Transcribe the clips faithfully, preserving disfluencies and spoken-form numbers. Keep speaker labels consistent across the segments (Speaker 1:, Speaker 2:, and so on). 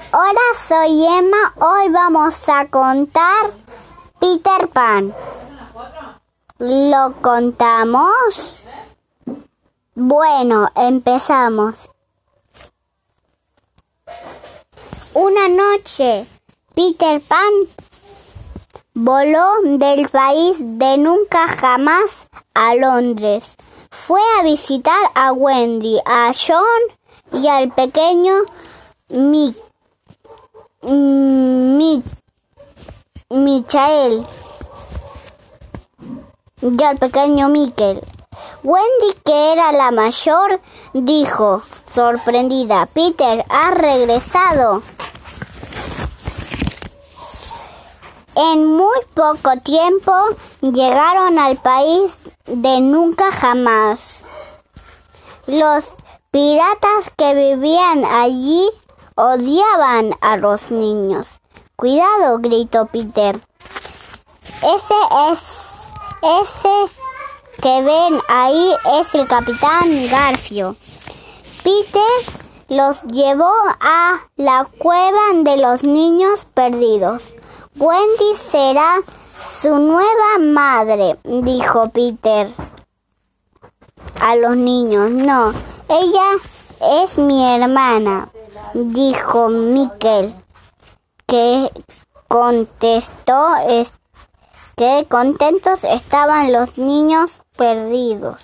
Speaker 1: Hola, soy Emma. Hoy vamos a contar Peter Pan. ¿Lo contamos? Bueno, empezamos. Una noche, Peter Pan voló del país de nunca jamás a Londres. Fue a visitar a Wendy, a John y al pequeño Mick. Mi, Michael y al pequeño Michael. Wendy, que era la mayor, dijo, sorprendida: Peter, ¿has regresado? En muy poco tiempo llegaron al país de nunca jamás. Los piratas que vivían allí odiaban a los niños. ¡Cuidado!, gritó Peter. Ese es, ese que ven ahí es el Capitán Garfio. Peter los llevó a la cueva de los niños perdidos. Wendy será su nueva madre, dijo Peter a los niños. No, ella es mi hermana, dijo Michael, que contestó es, que contentos estaban los niños perdidos.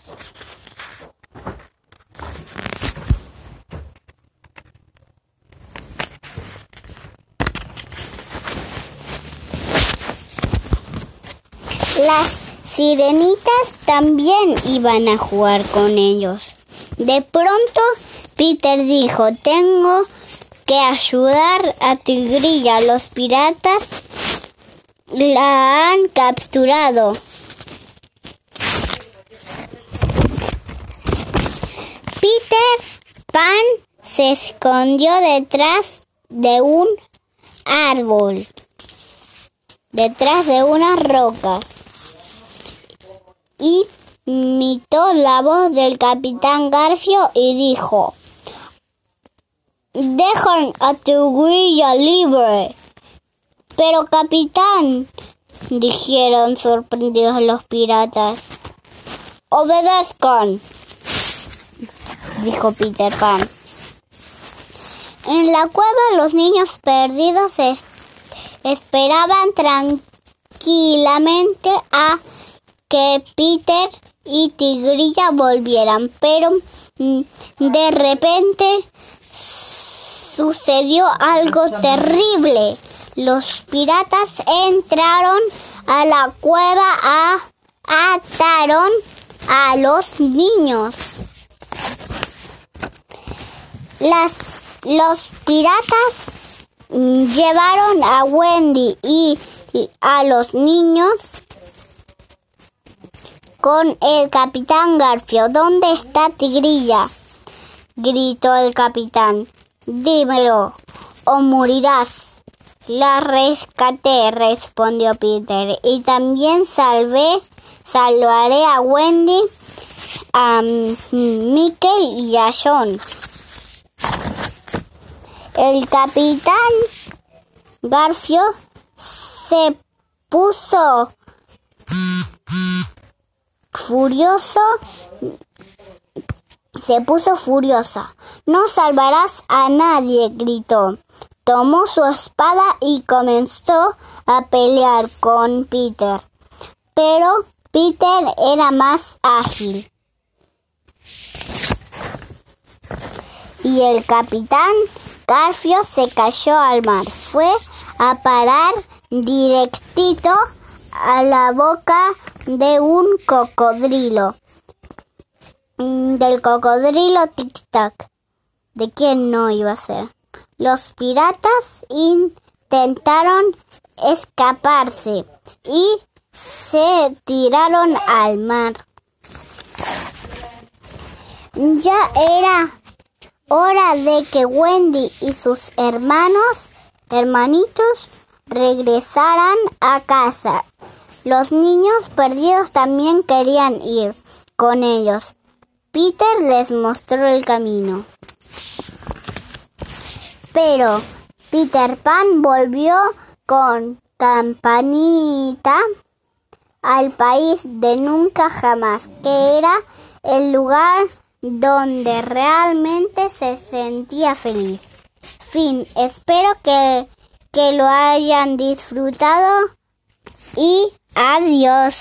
Speaker 1: Las sirenitas también iban a jugar con ellos. De pronto, Peter dijo: tengo que ayudar a Tigrilla. Los piratas la han capturado. Peter Pan se escondió detrás de un árbol, detrás de una roca, y imitó la voz del Capitán Garfio y dijo: dejan a Tigrilla libre. Pero, capitán, dijeron sorprendidos los piratas. Obedezcan, dijo Peter Pan. En la cueva los niños perdidos es- esperaban tranquilamente a que Peter y Tigrilla volvieran, pero mm, de repente sucedió algo terrible. Los piratas entraron a la cueva, a, ataron a los niños. Las, los piratas llevaron a Wendy y a los niños con el Capitán Garfio. ¿Dónde está Tigrilla?, gritó el capitán. Dímelo o morirás. La rescaté, respondió Peter, y también salvé, salvaré a Wendy, a Michael y a John. El Capitán Garfio se puso furioso, se puso furiosa. No salvarás a nadie, gritó. Tomó su espada y comenzó a pelear con Peter. Pero Peter era más ágil. Y el Capitán Garfio se cayó al mar. Fue a parar directito a la boca de un cocodrilo. Del cocodrilo Tic-Tac. ¿De quién no iba a ser? Los piratas intentaron escaparse y se tiraron al mar. Ya era hora de que Wendy y sus hermanos, hermanitos, regresaran a casa. Los niños perdidos también querían ir con ellos. Peter les mostró el camino. Pero Peter Pan volvió con Campanita al país de nunca jamás, que era el lugar donde realmente se sentía feliz. Fin, espero que, que lo hayan disfrutado y adiós.